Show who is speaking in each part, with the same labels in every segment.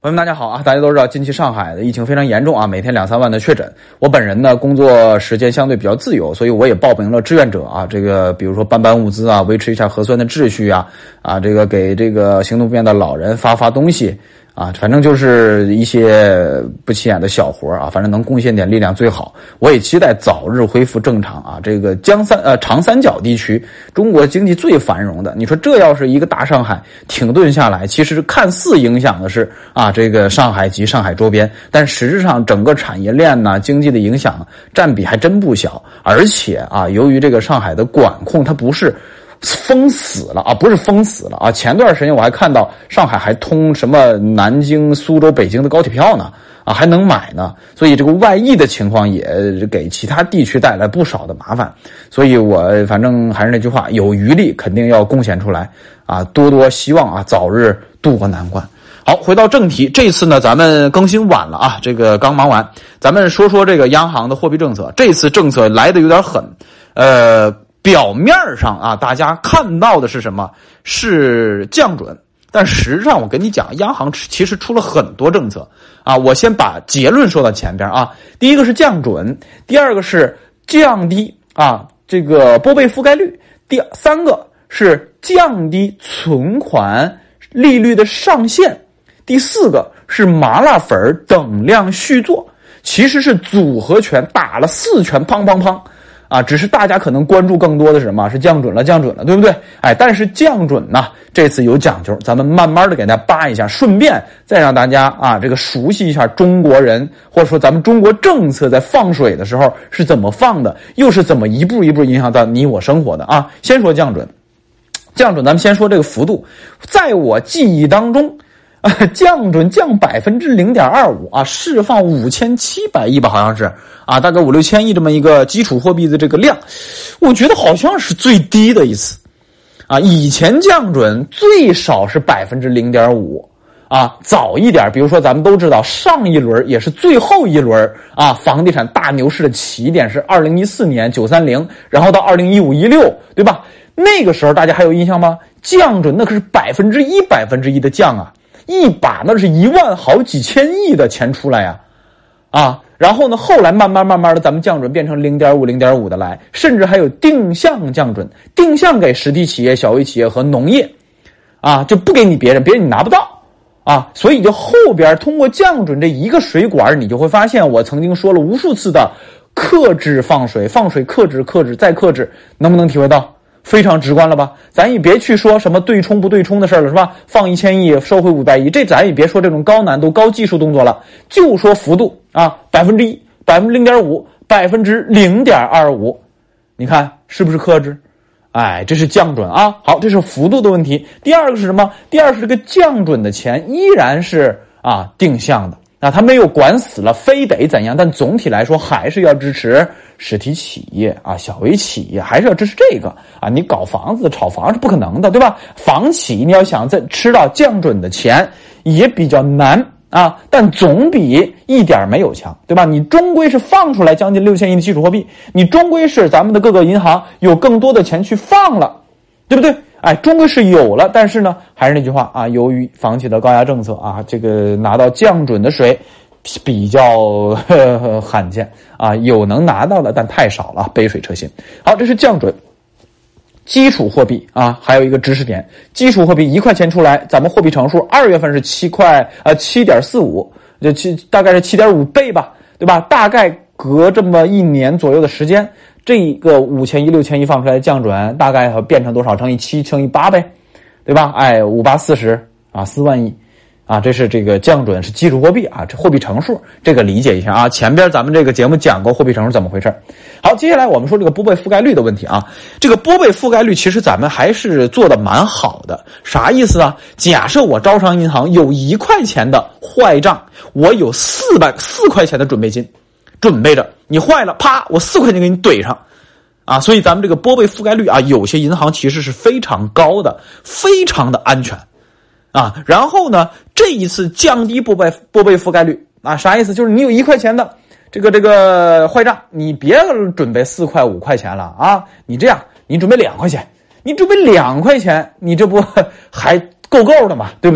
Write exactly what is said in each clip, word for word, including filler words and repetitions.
Speaker 1: 朋友们大家好啊！大家都知道近期上海的疫情非常严重啊，每天两三万的确诊。我本人呢工作时间相对比较自由，所以我也报名了志愿者啊，这个比如说搬搬物资啊，维持一下核酸的秩序啊，啊这个给这个行动不便的老人发发东西啊，反正就是一些不起眼的小活啊，反正能贡献点力量最好。我也期待早日恢复正常啊！这个江三呃长三角地区，中国经济最繁荣的，你说这要是一个大上海停顿下来，其实看似影响的是啊这个上海及上海周边，但实质上整个产业链呢、经济的影响占比还真不小。而且啊，由于这个上海的管控，它不是封死了啊，不是封死了啊！前段时间我还看到上海还通什么南京、苏州、北京的高铁票呢，啊还能买呢，所以这个外溢的情况也给其他地区带来不少的麻烦。所以我反正还是那句话，有余力肯定要贡献出来啊，多多希望啊早日渡过难关。好，回到正题，这次呢咱们更新晚了啊，这个刚忙完，咱们说说这个央行的货币政策。这次政策来的有点狠，呃。表面上啊，大家看到的是什么？是降准，但实际上我跟你讲，央行其实出了很多政策啊。我先把结论说到前边啊。第一个是降准，第二个是降低啊这个拨备覆盖率，第三个是降低存款利率的上限，第四个是麻辣粉等量续作，其实是组合拳打了四拳，砰砰砰。啊，只是大家可能关注更多的是什么？是降准了，降准了，对不对？哎，但是降准呢，这次有讲究，咱们慢慢的给大家扒一下，顺便再让大家啊，这个熟悉一下中国人，或者说咱们中国政策在放水的时候是怎么放的，又是怎么一步一步影响到你我生活的啊。先说降准，降准咱们先说这个幅度，在我记忆当中。啊，降准降百分之零点二五啊，释放五千七百亿吧，好像是啊，大概五六千亿这么一个基础货币的这个量，我觉得好像是最低的一次啊。以前降准最少是百分之零点五啊，早一点，比如说咱们都知道上一轮也是最后一轮啊，房地产大牛市的起点是二零一四年九三零，然后到二零一五一六，对吧？那个时候大家还有印象吗？降准那可是百分之一百分之一的降啊。一把那是一万好几千亿的钱出来呀，啊，然后呢，后来慢慢慢慢的，咱们降准变成零点五、零点五的来，甚至还有定向降准，定向给实体企业、小微企业和农业，啊，就不给你别人，别人你拿不到，啊，所以就后边通过降准这一个水管，你就会发现我曾经说了无数次的克制放水，放水克制、克制再克制，能不能体会到？非常直观了吧？咱也别去说什么对冲不对冲的事了，是吧？放一千亿收回五百亿，这咱也别说这种高难度、高技术动作了，就说幅度啊，百分之一、百分之零点五、百分之零点二五，你看是不是克制？哎，这是降准啊。好，这是幅度的问题。第二个是什么？第二是这个降准的钱依然是啊定向的。那他没有管死了，非得怎样？但总体来说还是要支持实体企业啊，小微企业还是要支持这个啊。你搞房子、炒房是不可能的，对吧？房企你要想再吃到降准的钱也比较难啊，但总比一点没有强，对吧？你终归是放出来将近六千亿的基础货币，你终归是咱们的各个银行有更多的钱去放了，对不对？哎，终归是有了，但是呢，还是那句话啊，由于房企的高压政策啊，这个拿到降准的水比较呵呵罕见啊，有能拿到的，但太少了，杯水车薪。好，这是降准。基础货币啊，还有一个知识点，基础货币一块钱出来，咱们货币乘数二月份是七块呃七点四五，就七大概是七点五倍吧，对吧？大概隔这么一年左右的时间。这个五千亿、六千亿放出来的降准，大概变成多少？乘以七，乘以八呗，对吧？哎，五八四十啊，四万亿啊，这是这个降准是基础货币啊，这货币乘数，这个理解一下啊。前边咱们这个节目讲过货币乘数怎么回事。好，接下来我们说这个拨备覆盖率的问题啊。这个拨备覆盖率其实咱们还是做的蛮好的，啥意思啊？假设我招商银行有一块钱的坏账，我有四百四块钱的准备金。准备着你坏了，啪，我四块钱给你怼上啊！所以咱们这个拨备覆盖率啊，有些银行其实是非常高的，非常的安全啊。然后呢，这一次降低拨备拨备覆盖率啊，啥意思？就是你有一块钱的这个这个坏账，你别准备四块五块钱了啊，你这样，你准备两块钱，你准备两块钱，你这不还够够的嘛，对不对？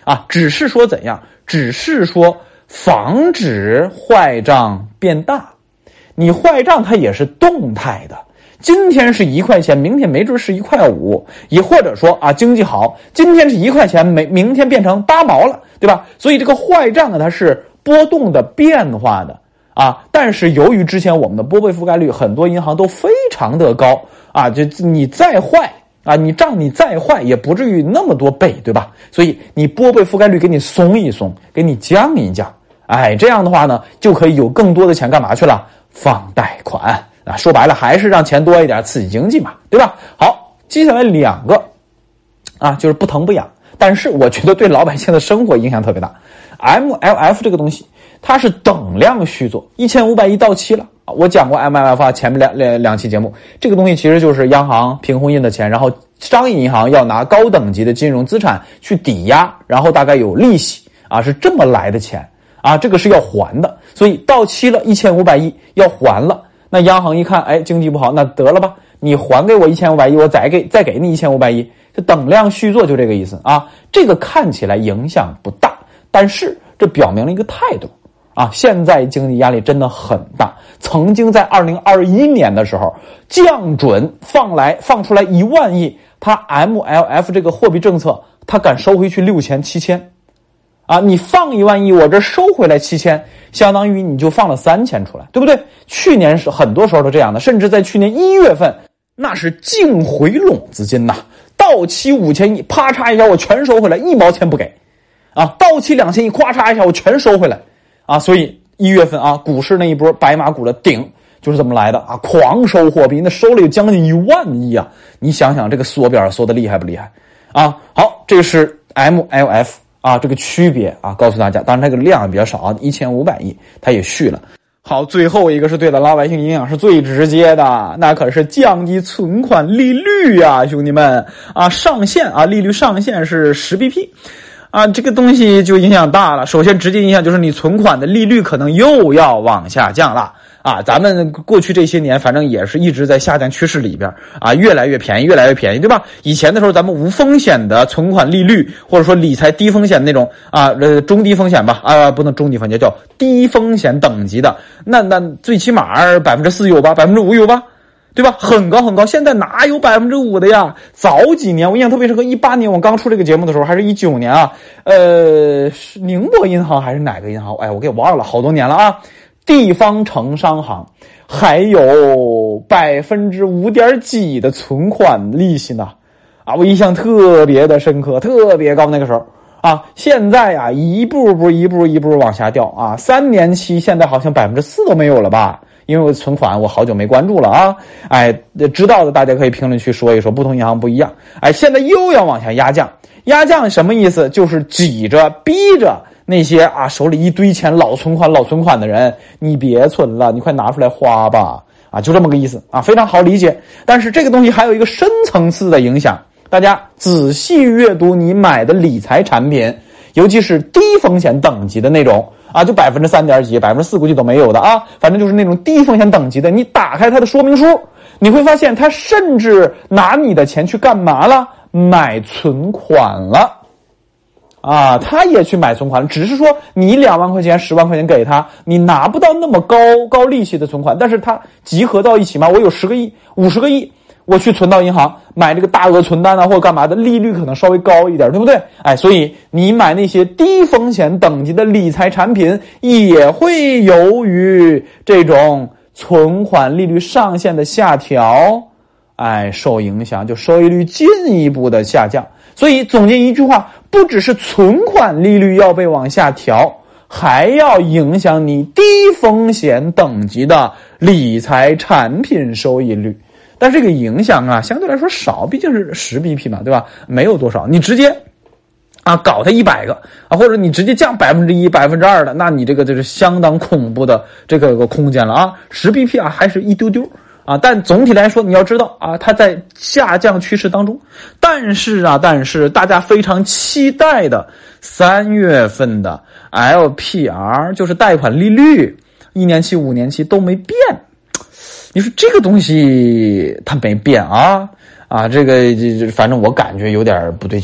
Speaker 1: 啊，只是说怎样？只是说防止坏账变大。你坏账它也是动态的，今天是一块钱，明天没准是一块五，也或者说啊，经济好，今天是一块钱，明明天变成八毛了，对吧？所以这个坏账呢，它是波动的、变化的啊。但是由于之前我们的拨备覆盖率，很多银行都非常的高啊，就你再坏啊，你账你再坏也不至于那么多倍，对吧？所以你拨备覆盖率给你松一松，给你降一降，哎，这样的话呢，就可以有更多的钱干嘛去了？放贷款啊，说白了还是让钱多一点，刺激经济嘛，对吧？好，接下来两个啊，就是不疼不痒，但是我觉得对老百姓的生活影响特别大。M L F 这个东西，它是等量续作，一千五百亿到期了。我讲过 M L F 啊，前面两两两期节目，这个东西其实就是央行凭空印的钱，然后商业银行要拿高等级的金融资产去抵押，然后大概有利息啊，是这么来的钱啊，这个是要还的，所以到期了一千五百亿要还了。那央行一看，哎，经济不好，那得了吧，你还给我一千五百亿，我再给再给你一千五百亿，这等量续作就这个意思啊。这个看起来影响不大，但是这表明了一个态度啊，现在经济压力真的很大。曾经在二零二一年的时候，降准放来放出来一万亿，它 M L F 这个货币政策，它敢收回去六千七千。啊，你放一万亿，我这收回来七千，相当于你就放了三千出来，对不对？去年是很多时候都这样的，甚至在去年一月份，那是净回笼资金呐，到期五千亿，啪嚓一下我全收回来，一毛钱不给，啊，到期两千亿，咵嚓一下我全收回来，啊，所以一月份啊，股市那一波白马股的顶就是这么来的啊，狂收货币，那收了有将近一万亿啊，你想想这个缩表缩的厉害不厉害啊？好，这是 M L F。啊，这个区别啊，告诉大家，当然这个量比较少啊，一千五百亿，它也续了。好，最后一个是对的老百姓影响是最直接的，那可是降低存款利率呀、啊，兄弟们啊，上限啊，利率上限是十 B P， 啊，这个东西就影响大了。首先直接影响就是你存款的利率可能又要往下降了。啊，咱们过去这些年反正也是一直在下降趋势里边啊，越来越便宜，越来越便宜，对吧？以前的时候咱们无风险的存款利率，或者说理财低风险那种啊，呃，中低风险吧，啊，不能中低风险，叫低风险等级的，那那最起码百分之四有吧，百分之五有吧，对吧？很高很高，现在哪有百分之五的呀？早几年我印象特别深刻，一八年我刚出这个节目的时候，还是一九年啊，呃，是宁波银行还是哪个银行？哎，我给忘了，好多年了啊。地方城商行还有百分之五点几的存款利息呢，啊，我印象特别的深刻，特别高那个时候啊。现在啊，一步步一步一步往下掉啊，三年期现在好像百分之四都没有了吧？因为我存款我好久没关注了啊，哎，知道的大家可以评论区说一说，不同银行不一样。哎，现在又要往下压降，压降什么意思？就是挤着逼着。那些啊手里一堆钱老存款老存款的人，你别存了，你快拿出来花吧，啊，就这么个意思啊，非常好理解。但是这个东西还有一个深层次的影响，大家仔细阅读你买的理财产品，尤其是低风险等级的那种啊，就百分之三点几、百分之四估计都没有的啊，反正就是那种低风险等级的，你打开它的说明书，你会发现它甚至拿你的钱去干嘛了？买存款了。啊，他也去买存款了，只是说你两万块钱、十万块钱给他，你拿不到那么高高利息的存款，但是他集合到一起嘛，我有十个亿、五十个亿，我去存到银行买这个大额存单啊，或者干嘛的，利率可能稍微高一点，对不对？哎，所以你买那些低风险等级的理财产品，也会由于这种存款利率上限的下调，哎，受影响，就收益率进一步的下降。所以总结一句话，不只是存款利率要被往下调，还要影响你低风险等级的理财产品收益率。但这个影响啊，相对来说少，毕竟是十 B P 嘛，对吧？没有多少，你直接啊搞它一百个啊，或者你直接降百分之一、百分之二的，那你这个就是相当恐怖的这个个空间了啊。十 B P 啊，还是一丢丢。啊，但总体来说，你要知道啊，它在下降趋势当中。但是啊，但是大家非常期待的三月份的 L P R 就是贷款利率，一年期、五年期都没变。你说这个东西它没变啊啊，这个反正我感觉有点不对劲儿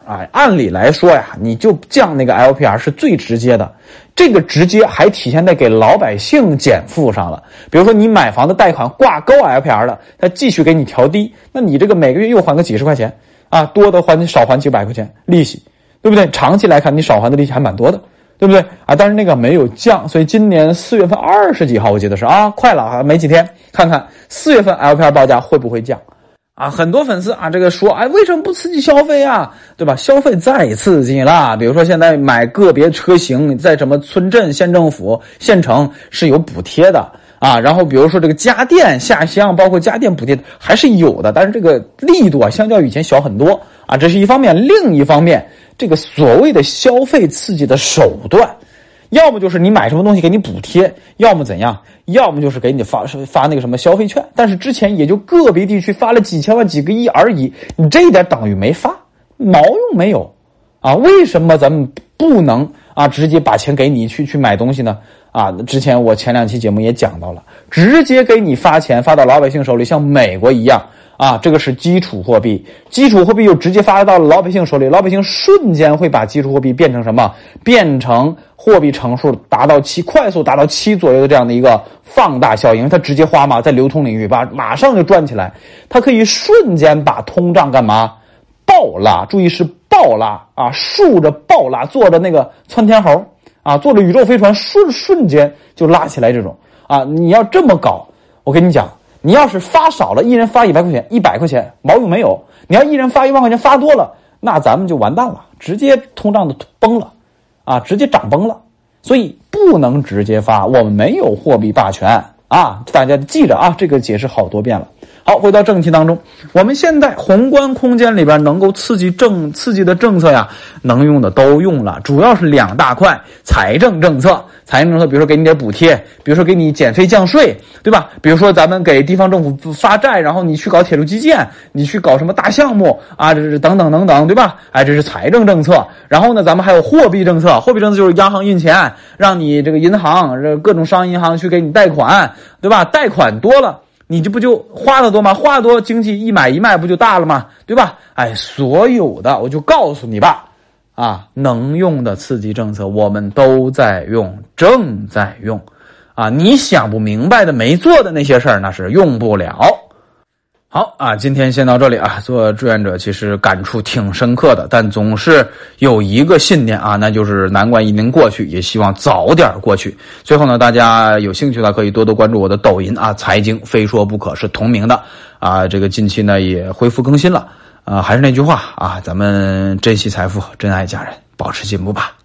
Speaker 1: 啊，按理来说呀，你就降那个 L P R 是最直接的，这个直接还体现在给老百姓减负上了。比如说你买房的贷款挂钩 L P R 的，他继续给你调低，那你这个每个月又还个几十块钱啊，多的还你少还几百块钱利息，对不对？长期来看你少还的利息还蛮多的，对不对啊？但是那个没有降，所以今年四月份二十几号我记得是啊，快了啊，没几天，看看四月份 L P R 报价会不会降啊？很多粉丝啊，这个说，哎，为什么不刺激消费啊？对吧？消费再刺激啦，比如说现在买个别车型，在什么村镇、县政府、县城是有补贴的啊。然后比如说这个家电下乡，包括家电补贴还是有的，但是这个力度啊，相较以前小很多啊。这是一方面，另一方面，这个所谓的消费刺激的手段，要么就是你买什么东西给你补贴，要么怎样，要么就是给你发发那个什么消费券，但是之前也就个别地区发了几千万几个亿而已，你这一点等于没发，毛用没有啊？为什么咱们不能啊直接把钱给你去去买东西呢？啊，之前我前两期节目也讲到了，直接给你发钱发到老百姓手里，像美国一样啊，这个是基础货币，基础货币又直接发到老百姓手里，老百姓瞬间会把基础货币变成什么？变成货币乘数达到七，快速达到七左右的这样的一个放大效应，因为它直接花嘛，在流通领域把马上就赚起来，它可以瞬间把通胀干嘛？暴拉，注意是暴拉啊，竖着暴拉，坐着那个窜天猴啊，坐着宇宙飞船瞬瞬间就拉起来这种啊，你要这么搞，我跟你讲。你要是发少了，一人发一百块钱，一百块钱毛用没有。你要一人发一万块钱，发多了，那咱们就完蛋了，直接通胀的崩了，啊，直接涨崩了。所以不能直接发，我们没有货币霸权啊！大家记着啊，这个解释好多遍了。好，回到正题当中，我们现在宏观空间里边能够刺激政刺激的政策呀，能用的都用了，主要是两大块：财政政策，财政政策，比如说给你点补贴，比如说给你减费降税，对吧？比如说咱们给地方政府发债，然后你去搞铁路基建，你去搞什么大项目啊，这是等等等等，对吧？哎，这是财政政策。然后呢，咱们还有货币政策，货币政策就是央行印钱，让你这个银行、这各种商业银行去给你贷款，对吧？贷款多了。你这不就花的多吗？花的多，经济一买一卖不就大了吗？对吧？哎，所有的我就告诉你吧，啊，能用的刺激政策我们都在用，正在用，啊，你想不明白的、没做的那些事儿，那是用不了。好啊，今天先到这里啊。做志愿者其实感触挺深刻的，但总是有一个信念啊，那就是难关一定过去，也希望早点过去。最后呢，大家有兴趣的可以多多关注我的抖音啊，财经非说不可是同名的啊。这个近期呢也恢复更新了啊，还是那句话啊，咱们珍惜财富，珍爱家人，保持进步吧。